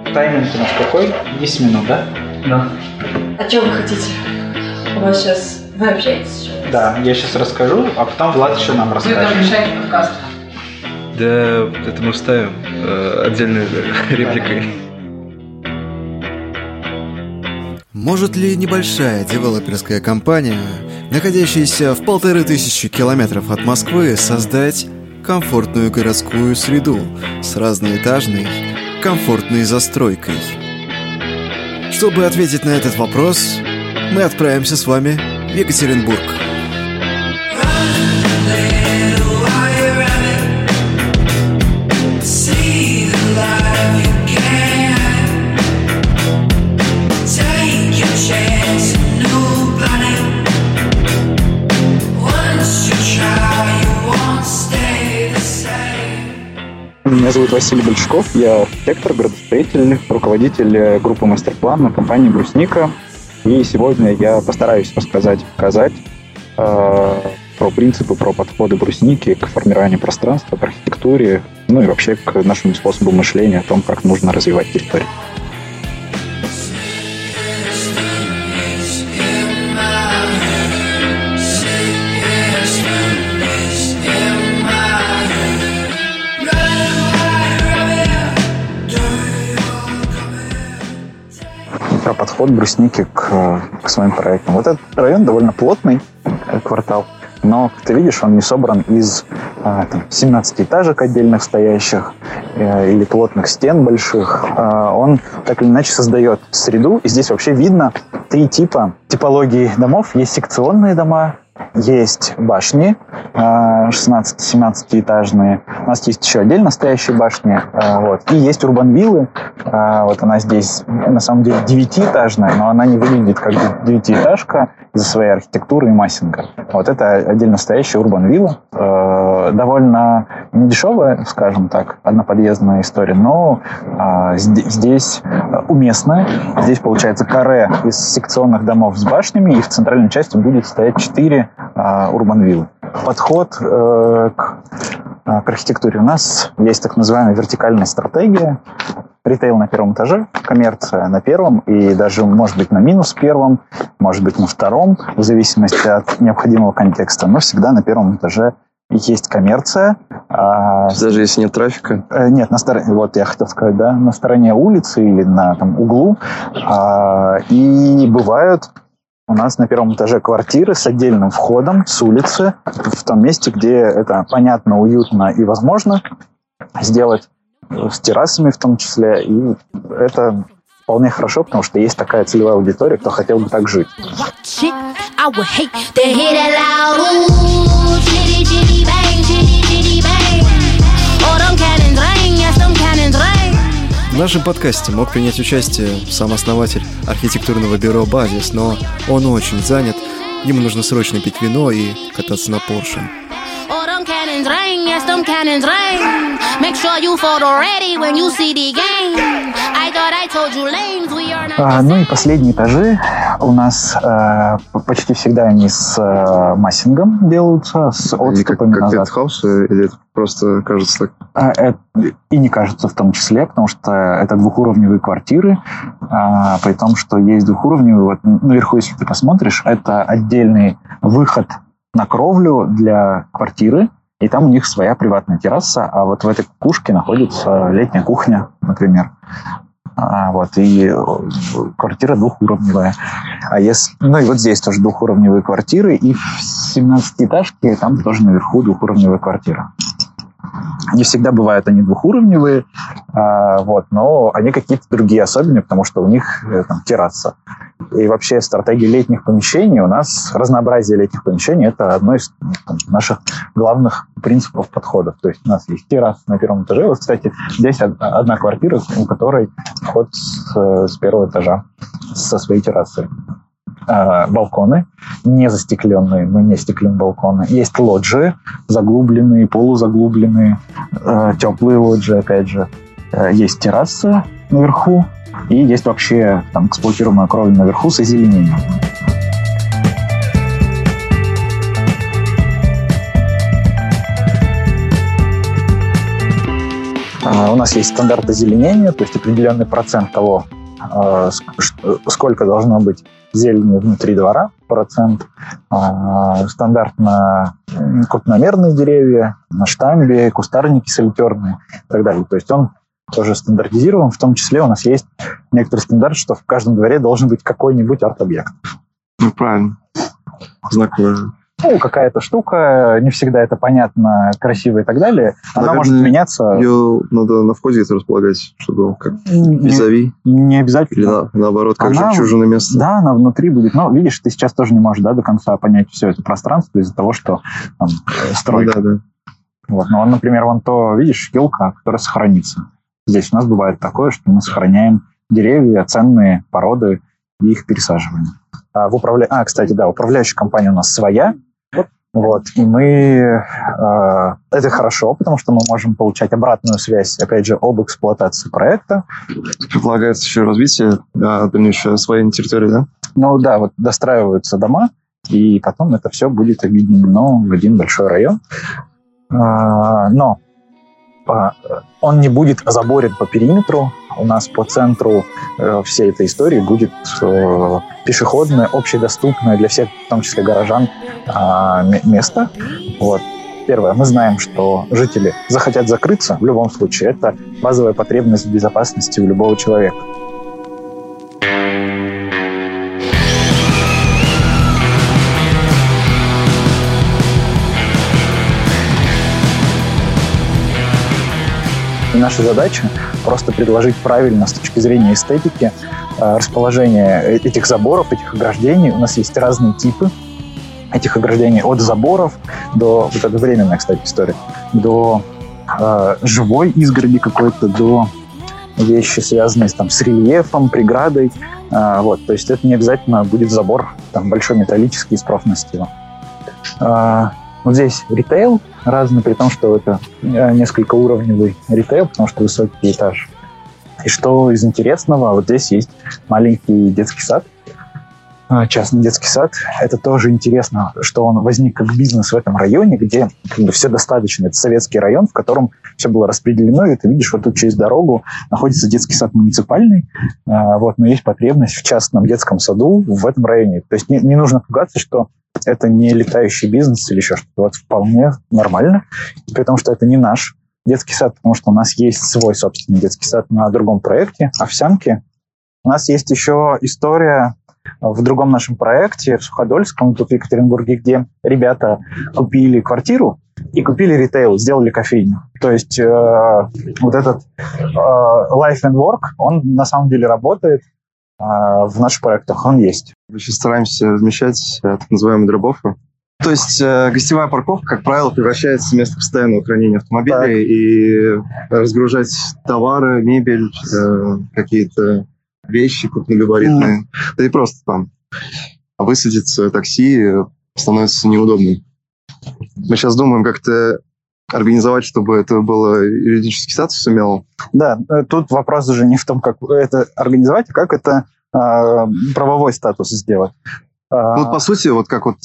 Тайминг у нас какой? 10 минут, да? Да. А что вы хотите? У вас сейчас... Вы общаетесь? Да, я сейчас расскажу, а потом Влад еще нам Вы расскажет. там мешаете подкаст. Да, это мы вставим отдельной репликой. Может ли небольшая девелоперская компания, находящаяся в 1500 километров от Москвы, создать комфортную городскую среду с разноэтажной, комфортной застройкой? Чтобы ответить на этот вопрос, мы отправимся с вами в Екатеринбург. Меня зовут Василий Большаков, я архитектор, градостроитель, руководитель группы «Мастер-план» на компании «Брусника». И сегодня я постараюсь рассказать, показать про принципы, про подходы брусники к формированию пространства, к архитектуре, ну и вообще к нашему способу мышления о том, как нужно развивать территорию. Про подход брусники к своим проектам. Вот этот район довольно плотный квартал, но, как ты видишь, он не собран из 17 этажек отдельных стоящих или плотных стен больших. Он так или иначе создает среду, и здесь вообще видно 3 типологии домов. Есть секционные дома, есть башни 16-17-этажные. У нас есть еще отдельно стоящие башни. И есть урбан-виллы. Вот она здесь, на самом деле, 9-этажная, но она не выглядит как 9-этажка из-за своей архитектуры и массинга. Вот это отдельно стоящая урбан-вилла. Довольно недешевая, скажем так, одноподъездная история, но здесь уместная. Здесь получается каре из секционных домов с башнями, и в центральной части будет стоять 4 урбан-виллы. Подход к архитектуре. У нас есть так называемая вертикальная стратегия. Ритейл на первом этаже, коммерция на первом и даже, может быть, на минус первом, может быть, на втором, в зависимости от необходимого контекста. Но всегда на первом этаже есть коммерция. Даже если нет трафика? Нет, вот я хотел сказать, да, на стороне улицы или на углу. И бывают у нас на первом этаже квартиры с отдельным входом с улицы, в том месте, где это понятно, уютно и возможно сделать, с террасами в том числе. И это вполне хорошо, потому что есть такая целевая аудитория, кто хотел бы так жить. В нашем подкасте мог принять участие сам основатель архитектурного бюро «Базис», но он очень занят, ему нужно срочно пить вино и кататься на Порше. Ну и последние этажи у нас почти всегда они с массингом делаются, с отступами назад. Как пентхаус, или это просто кажется так? И не кажется в том числе, потому что это двухуровневые квартиры, при том, что есть двухуровневые. Вот наверху, если ты посмотришь, это отдельный выход на кровлю для квартиры, и там у них своя приватная терраса, а вот в этой кушке находится летняя кухня, например. И квартира двухуровневая. И вот здесь тоже двухуровневые квартиры, и в 17-этажке там тоже наверху двухуровневая квартира. Не всегда бывают они двухуровневые, но они какие-то другие особенные, потому что у них терраса. И вообще стратегия летних помещений, у нас разнообразие летних помещений – это одно из наших главных принципов подходов. То есть у нас есть терраса на первом этаже. Вот, кстати, здесь одна квартира, у которой вход с первого этажа со своей террасой. Балконы не застекленные, мы не стеклим балконы. Есть лоджии, заглубленные, полузаглубленные, теплые лоджии, опять же. Есть терраса наверху, и есть вообще эксплуатируемая кровля наверху с озеленением. У нас есть стандарт озеленения, то есть определенный процент того, сколько должно быть зелени внутри двора, процент, стандартно крупномерные деревья, на штамбе, кустарники солитерные и так далее. То есть он тоже стандартизирован, в том числе у нас есть некоторый стандарт, что в каждом дворе должен быть какой-нибудь арт-объект. Ну, правильно. Знаково. Ну, какая-то штука, не всегда это понятно, красиво и так далее. Она Наверное, может меняться. Ее надо на входе это располагать, чтобы как визави. Не Или обязательно. наоборот, как Она- жемчужина место. Да, она внутри будет. Но, видишь, ты сейчас тоже не можешь до конца понять все это пространство из-за того, что там, стройка. Да. Вот. Но, например, вон то, видишь, елка, которая сохранится. Здесь у нас бывает такое, что мы сохраняем деревья, ценные породы и их пересаживаем. Кстати, да, управляющая компания у нас своя. Вот. И мы... это хорошо, потому что мы можем получать обратную связь, опять же, об эксплуатации проекта. Предполагается еще развитие дальнейшее своей территории, да? Ну да, вот достраиваются дома, и потом это все будет объединено в один большой район. Но он не будет заборен по периметру. У нас по центру всей этой истории будет пешеходное, общедоступное для всех, в том числе горожан, место. Вот. Первое, мы знаем, что жители захотят закрыться в любом случае. Это базовая потребность в безопасности у любого человека. И наша задача просто предложить правильно с точки зрения эстетики расположение этих заборов, этих ограждений. У нас есть разные типы этих ограждений, от заборов до, вот это временная, кстати, история, до живой изгороди какой-то, до вещи, связанные там, с рельефом, преградой. Вот, то есть это не обязательно будет забор там, большой металлический из профнастила. Вот здесь ритейл разный, при том, что это несколько уровневый ритейл, потому что высокий этаж. И что из интересного, вот здесь есть маленький детский сад, частный детский сад. Это тоже интересно, что он возник как бизнес в этом районе, где как бы все достаточно. Это советский район, в котором все было распределено, и ты видишь, вот тут через дорогу находится детский сад муниципальный, вот, но есть потребность в частном детском саду в этом районе. То есть не нужно пугаться, что это не летающий бизнес или еще что-то. Вот вполне нормально, при том, что это не наш детский сад, потому что у нас есть свой собственный детский сад на другом проекте, Овсянки. У нас есть еще история в другом нашем проекте, в Суходольском, тут в Екатеринбурге, где ребята купили квартиру и купили ритейл, сделали кофейню. То есть вот этот life and work, он на самом деле работает в наших проектах, он есть. Мы сейчас стараемся размещать так называемые дропоффы. То есть гостевая парковка, как правило, превращается в место постоянного хранения автомобилей и разгружать товары, мебель, какие-то вещи крупногабаритные. Да и просто там высадиться такси становится неудобным. Мы сейчас думаем как-то организовать, чтобы это было юридический статус имело. Да, тут вопрос уже не в том, как это организовать, а как это правовой статус сделать. Ну, по сути, вот как вот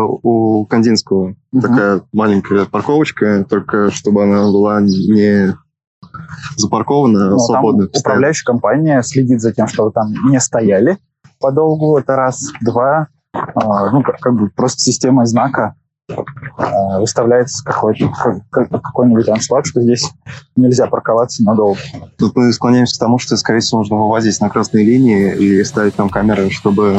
у Кандинского такая маленькая парковочка, только чтобы она была не запаркована, а свободно. Управляющая компания следит за тем, чтобы там не стояли подолгу. Это раз. Два. Ну, как бы просто системой знака выставляется какой-нибудь аншлаг, что здесь нельзя парковаться надолго. Тут мы склоняемся к тому, что, скорее всего, нужно вывозить на красные линии и ставить там камеры, чтобы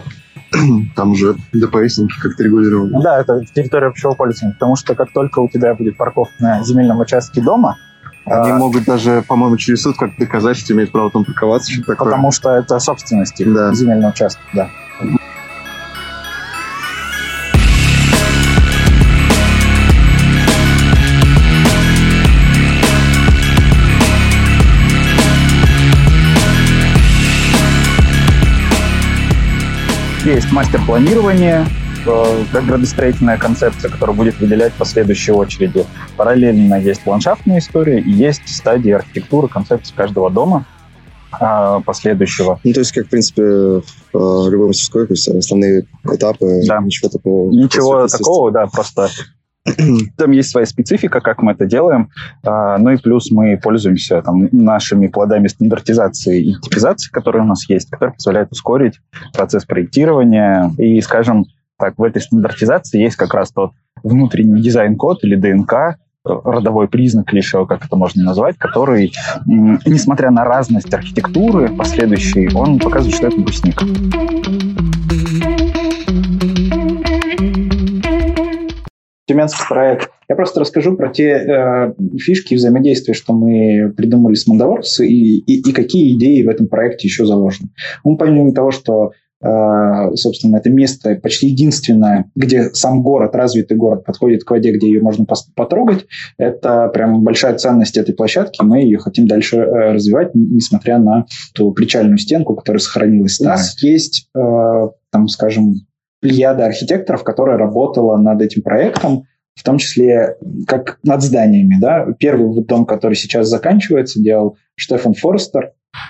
там уже ДПСники как-то регулировали. Да, это территория общего пользования, потому что как только у тебя будет парковка на земельном участке дома, они могут даже, по-моему, через суд как-то доказать, что имеют право там парковаться, что-то такое. Потому что это собственность их, да. Земельный участок, да. Есть мастер-планирование, градостроительная концепция, которая будет выделять последующие очереди. Параллельно есть ландшафтная история и есть стадии архитектуры, концепции каждого дома последующего. Ну, то есть, как, в принципе, в любой мастерской, то есть основные этапы, да. Ничего такого. Ничего такого, да, просто Там есть своя специфика, как мы это делаем. Ну и плюс мы пользуемся там нашими плодами стандартизации и типизации, которые у нас есть, которые позволяют ускорить процесс проектирования. И, скажем так, в этой стандартизации есть как раз тот внутренний дизайн-код или ДНК, родовой признак или еще как это можно назвать, который, несмотря на разность архитектуры последующей, он показывает, что это брусник. Тюменский проект. Я просто расскажу про те фишки и взаимодействия, что мы придумали с Mandavors и какие идеи в этом проекте еще заложены. Мы помимо того, что собственно, это место почти единственное, где сам город, развитый город, подходит к воде, где ее можно потрогать. Это прям большая ценность этой площадки. Мы ее хотим дальше развивать, несмотря на ту причальную стенку, которая сохранилась. У нас есть, там, скажем, плеяда архитекторов, которая работала над этим проектом, в том числе как над зданиями. Да? Первый дом, который сейчас заканчивается, делал Штефан Форстер.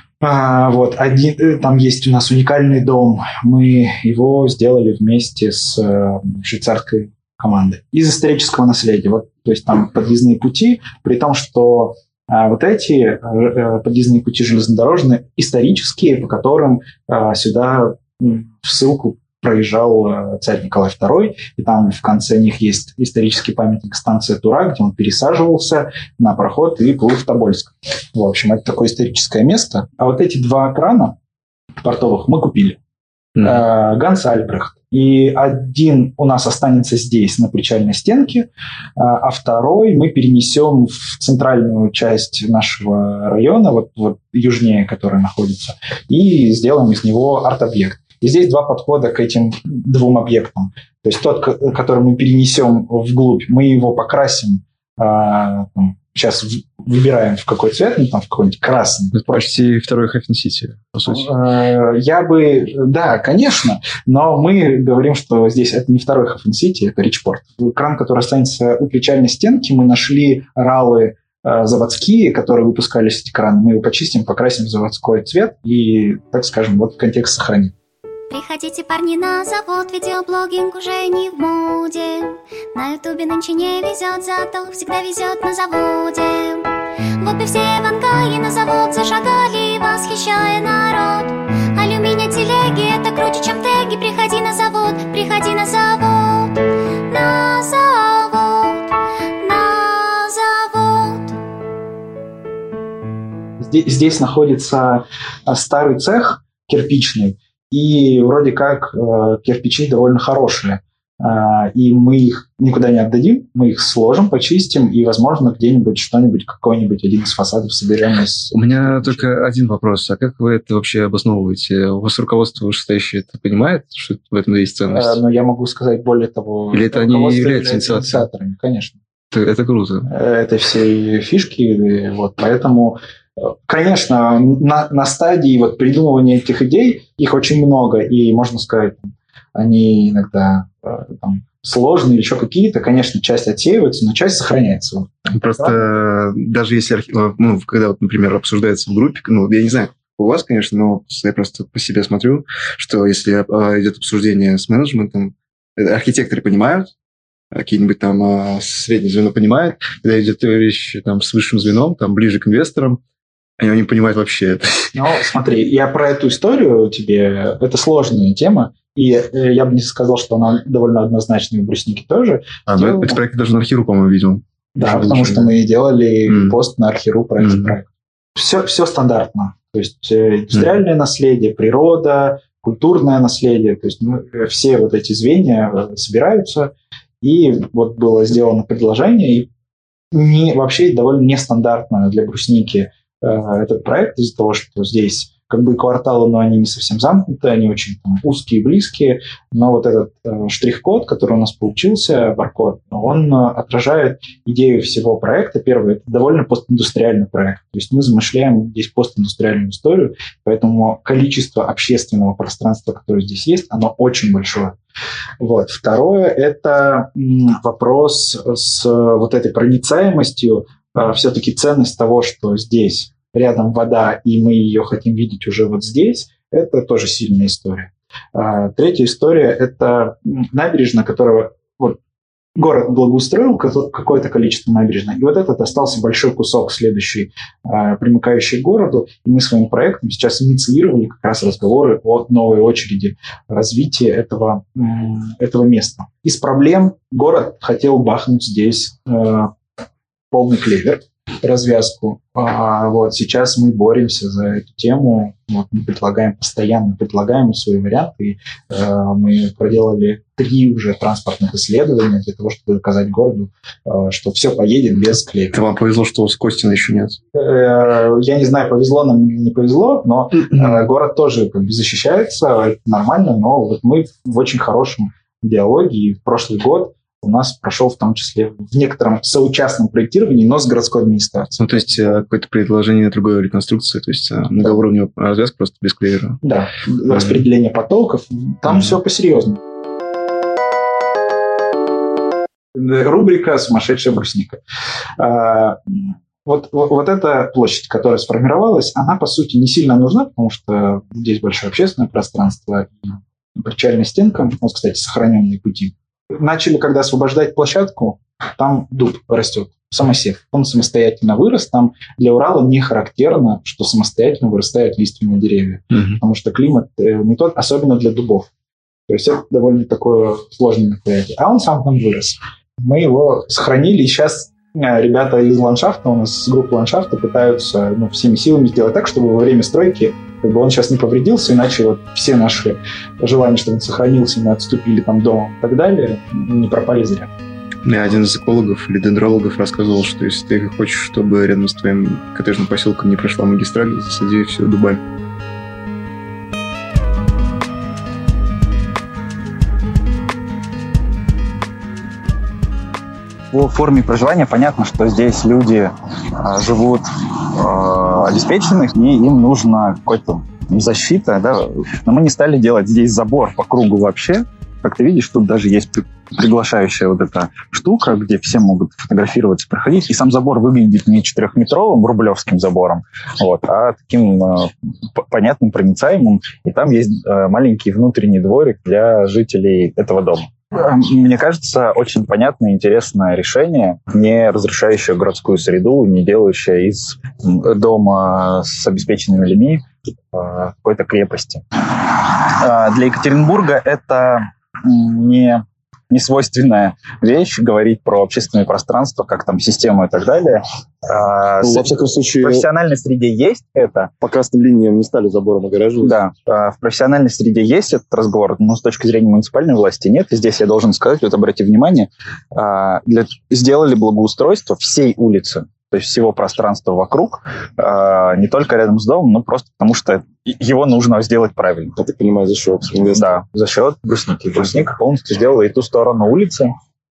Там есть у нас уникальный дом. Мы его сделали вместе с швейцарской командой. Из исторического наследия. То есть там подъездные пути, при том, что вот эти подъездные пути железнодорожные исторические, по которым сюда в ссылку проезжал царь Николай II, и там в конце них есть исторический памятник станция Тура, где он пересаживался на пароход и плыл в Тобольск. В общем, это такое историческое место. А вот эти два крана портовых мы купили. Ганс Альбрехт. И один у нас останется здесь, на причальной стенке, а второй мы перенесем в центральную часть нашего района, вот южнее, который находится, и сделаем из него арт-объект. И здесь два подхода к этим двум объектам. То есть тот, который мы перенесем вглубь, мы его покрасим, сейчас выбираем в какой цвет, там в какой-нибудь красный. Это почти второй Hafen City, по сути. Да, конечно, но мы говорим, что здесь это не второй Hafen City, это Ричпорт. Кран, который останется у причальной стенки, мы нашли ралы заводские, которые выпускались эти краны, мы его почистим, покрасим в заводской цвет и, так скажем, вот контекст сохраним. Приходите, парни, на завод, видеоблогинг уже не в моде. На ютубе нынче не везет, зато всегда везет на заводе. Вот мы все в Ангае на завод зашагали, восхищая народ. Алюминий телеги, это круче, чем теги. Приходи на завод, приходи на завод. На завод, на завод. Здесь находится старый цех кирпичный, и вроде как кирпичи довольно хорошие. И мы их никуда не отдадим, мы их сложим, почистим, и, возможно, где-нибудь какой-нибудь один из фасадов соберем из... У меня только один вопрос. А как вы это вообще обосновываете? У вас руководство вышестоящее это понимает, что в этом есть ценность? Но я могу сказать более того... Или это они являются инициаторами? Конечно. Это круто. Это все фишки, поэтому... Конечно, на стадии придумывания этих идей их очень много, и, можно сказать, они иногда сложные или еще какие-то. Конечно, часть отсеивается, но часть сохраняется. Просто даже если, когда, например, обсуждается в группе, я не знаю, у вас, конечно, но я просто по себе смотрю, что если идет обсуждение с менеджментом, архитекторы понимают, какие-нибудь там среднее звено понимают, когда идет речь с высшим звеном, ближе к инвесторам, они не понимают вообще это. Смотри, я про эту историю тебе... Это сложная тема, и я бы не сказал, что она довольно однозначная, в бруснике тоже. Этот проект даже на Архиру, по-моему, видел. Да, потому что мы делали пост на Архиру про этот проект. Все стандартно. То есть индустриальное наследие, природа, культурное наследие. То есть все эти звенья собираются, и было сделано предложение, и вообще довольно нестандартно для брусники этот проект из-за того, что здесь кварталы, но они не совсем замкнуты, они очень узкие и близкие, но этот штрих-код, который у нас получился, баркод, он отражает идею всего проекта. Первый, это довольно постиндустриальный проект, то есть мы замышляем здесь постиндустриальную историю, поэтому количество общественного пространства, которое здесь есть, оно очень большое. Второе, это вопрос с этой проницаемостью, все-таки ценность того, что здесь рядом вода, и мы ее хотим видеть уже здесь, это тоже сильная история. Третья история – это набережная, которая город благоустроил какое-то количество набережных, и вот этот остался большой кусок, следующий, примыкающий к городу, и мы своим проектом сейчас инициировали как раз разговоры о новой очереди развития этого места. Из проблем город хотел бахнуть здесь полный клевер, развязку. Вот сейчас мы боремся за эту тему. Вот, мы постоянно предлагаем свои варианты. И, мы проделали 3 уже транспортных исследования для того, чтобы доказать городу, что все поедет без клевера. Вам повезло, что у Костина еще нет. Я не знаю, повезло нам или не повезло, но город тоже как бы защищается, это нормально, но вот мы в очень хорошем диалоге, и в прошлый год у нас прошел в том числе в некотором соучастном проектировании, но с городской администрацией. Ну, то есть какое-то предложение другой реконструкции, то есть многоуровневая развязка просто без клевера. Да, распределение потоков, там все по-серьезному. Рубрика «Сумасшедшая брусника». Вот эта площадь, которая сформировалась, она, по сути, не сильно нужна, потому что здесь большое общественное пространство и причальная стенка, вот, кстати, сохраненные пути. Начали, когда освобождать площадку, там дуб растет, самосев. Он самостоятельно вырос. Там для Урала не характерно, что самостоятельно вырастают лиственные деревья. Потому что климат не тот, особенно для дубов. То есть это довольно такое сложное мероприятие. А он сам там вырос. Мы его сохранили, и сейчас ребята из ландшафта, у нас с группы ландшафта пытаются всеми силами сделать так, чтобы во время стройки он сейчас не повредился, иначе вот все наши желания, чтобы он сохранился, мы отступили там домом и так далее, не пропали зря. Мне один из экологов или дендрологов рассказывал, что если ты хочешь, чтобы рядом с твоим коттеджным поселком не прошла магистраль, засади все дубами. По форме проживания понятно, что здесь люди живут обеспеченных, и им нужна какая-то защита, да? Но мы не стали делать здесь забор по кругу вообще. Как ты видишь, тут даже есть приглашающая вот эта штука, где все могут фотографироваться, проходить. И сам забор выглядит не 4-метровым рублевским забором, а таким понятным, проницаемым. И там есть маленький внутренний дворик для жителей этого дома. Мне кажется, очень понятное и интересное решение, не разрушающее городскую среду, не делающее из дома с обеспеченными людьми какой-то крепости. Для Екатеринбурга это не свойственная вещь, говорить про общественное пространство, как там систему и так далее. Во всяком случае, в профессиональной среде есть это. По красным линиям не стали забором огораживать. Да, в профессиональной среде есть этот разговор, но с точки зрения муниципальной власти нет. И здесь я должен сказать, вот обратите внимание, сделали благоустройство всей улицы, то есть всего пространства вокруг, не только рядом с домом, но просто потому, что его нужно сделать правильно. Я так понимаю, за счет? Да, за счет брусники. Брусника полностью сделала и ту сторону улицы.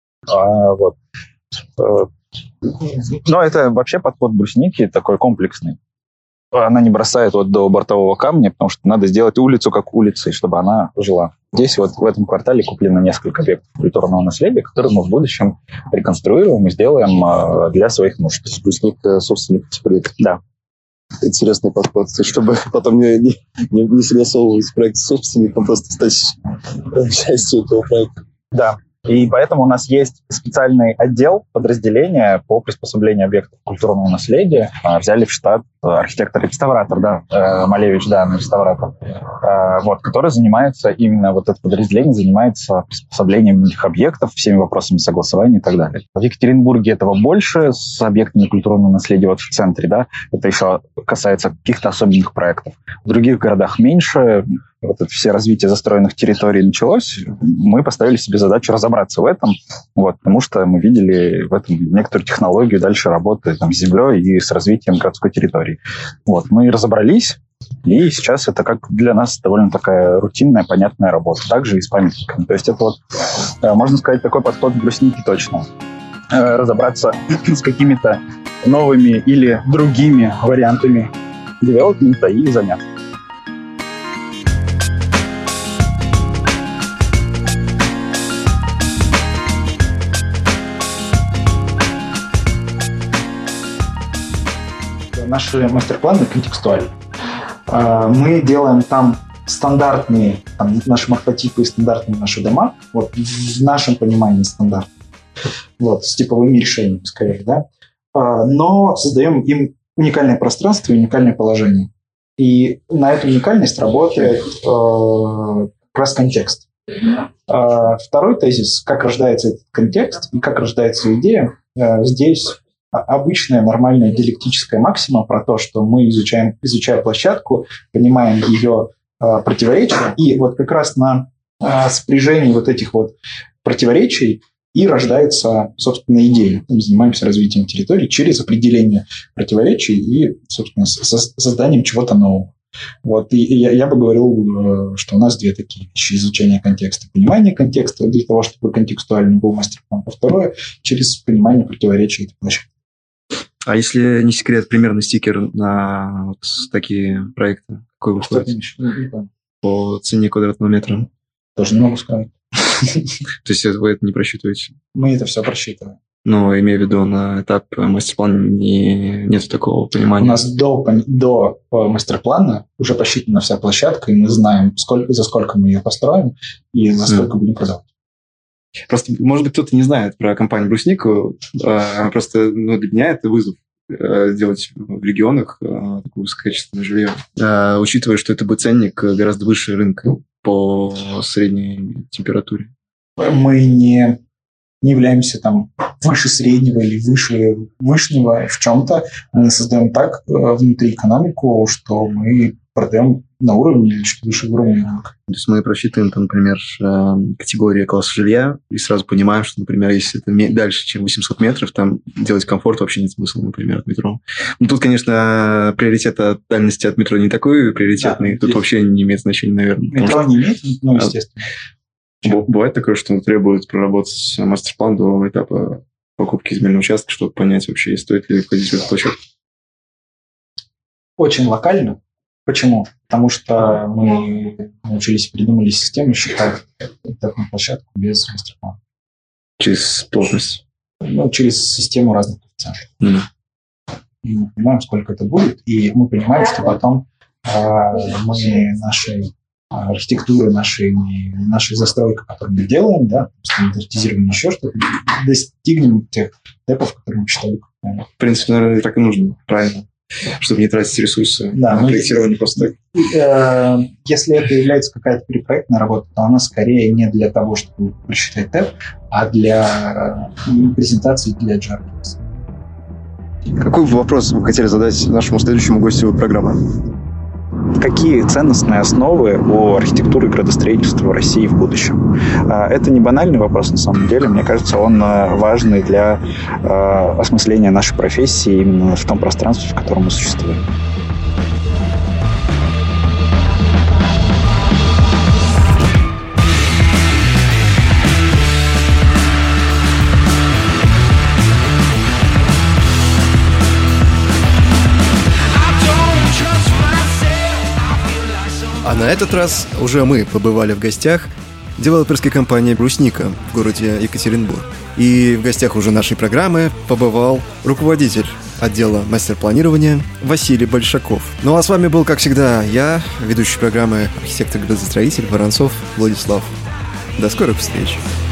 Но это вообще подход брусники такой комплексный. Она не бросает до бортового камня, потому что надо сделать улицу как улицей, чтобы она жила. Здесь вот в этом квартале куплено несколько объектов культурного наследия, которые мы в будущем реконструируем и сделаем для своих нужд. То есть брусник собственник теплит. Да. Интересный подход, чтобы потом не согласовывать проект с собственником, просто стать частью этого проекта. Да. И поэтому у нас есть специальный отдел, подразделение по приспособлению объектов культурного наследия. Взяли в штат архитектор-реставратор, Малевич, реставратор, который занимается, именно вот это подразделение занимается приспособлением этих объектов, всеми вопросами согласования и так далее. В Екатеринбурге этого больше с объектами культурного наследия в центре, это еще касается каких-то особенных проектов. В других городах меньше. Вот это все развитие застроенных территорий началось, мы поставили себе задачу разобраться в этом, потому что мы видели в этом некоторую технологию дальше работы с землей и с развитием городской территории. Мы разобрались, и сейчас это как для нас довольно такая рутинная, понятная работа. Также и с памятниками. То есть это можно сказать, такой подход к бруснике точно. Разобраться с какими-то новыми или другими вариантами девелопмента и заняться. Наши мастер-планы контекстуальны. Мы делаем там стандартные наши морфотипы и стандартные наши дома. В нашем понимании стандарт. Вот, с типовыми решениями, скорее, да. Но создаем им уникальное пространство и уникальное положение. И на эту уникальность работает как раз контекст. Второй тезис, как рождается этот контекст и как рождается идея, здесь обычная нормальная диалектическая максима про то, что мы изучая площадку, понимаем ее противоречия, и вот как раз на спряжении вот этих вот противоречий и рождается, собственно, идея. Мы занимаемся развитием территории через определение противоречий и, собственно, созданием чего-то нового. Вот. И я бы говорил, что у нас две такие вещи. Изучение контекста, понимание контекста для того, чтобы контекстуально был мастер-план. А второе, через понимание противоречий этой площадки. А если не секрет, примерно стикер на вот такие проекты? Какой выходит? По цене квадратного метра? Тоже не могу сказать. То есть вы это не просчитываете? Мы это все просчитываем. Но имею в виду, на этап мастер-плана нет такого понимания. У нас до мастер-плана уже посчитана вся площадка, и мы знаем, за сколько мы ее построим и за сколько будем продавать. Просто, может быть, кто-то не знает про компанию «Бруснику». Просто для меня это вызов делать в регионах такое высококачественное жилье, учитывая, что это будет ценник гораздо выше рынка по средней температуре. Мы не являемся там выше среднего или выше вышнего в чем-то. Мы создаем так внутри экономику, что мы продаем на уровне или чуть выше уровня рынка. То есть мы просчитываем, там, например, категории класса жилья и сразу понимаем, что, например, если это дальше, чем 800 метров, там делать комфорт вообще нет смысла, например, от метро. Ну, тут, конечно, приоритет от дальности от метро не такой приоритетный, да, тут вообще не имеет значения, наверное. Метро не имеет, ну, естественно. Бывает такое, что требует проработать мастер-план до этапа покупки земельного участка, чтобы понять вообще, стоит ли входить в эту площадку? Очень локально. Почему? Потому что мы научились, придумали систему считать этапную площадку без мастер-плана. Через плотность? Ну, через систему разных коэффициентов. И мы понимаем, сколько это будет, и мы понимаем, что потом мы нашей архитектуры, нашей застройки, которую мы делаем, да, стандартизирование, еще что-то, достигнем тех темпов, которые мы считали. В принципе, наверное, так и нужно, правильно, чтобы не тратить ресурсы на проектирование просто так. Если это является какая-то перепроектная работа, то она скорее не для того, чтобы просчитать темп, а для презентации для JRPS. Какой вопрос вы хотели задать нашему следующему гостю программы? Какие ценностные основы у архитектуры и градостроительства в России в будущем? Это не банальный вопрос, на самом деле. Мне кажется, он важный для осмысления нашей профессии именно в том пространстве, в котором мы существуем. А на этот раз уже мы побывали в гостях девелоперской компании «Брусника» в городе Екатеринбург. И в гостях уже нашей программы побывал руководитель отдела мастер-планирования Василий Большаков. Ну а с вами был, как всегда, я, ведущий программы архитектор-градостроитель Воронцов Владислав. До скорых встреч!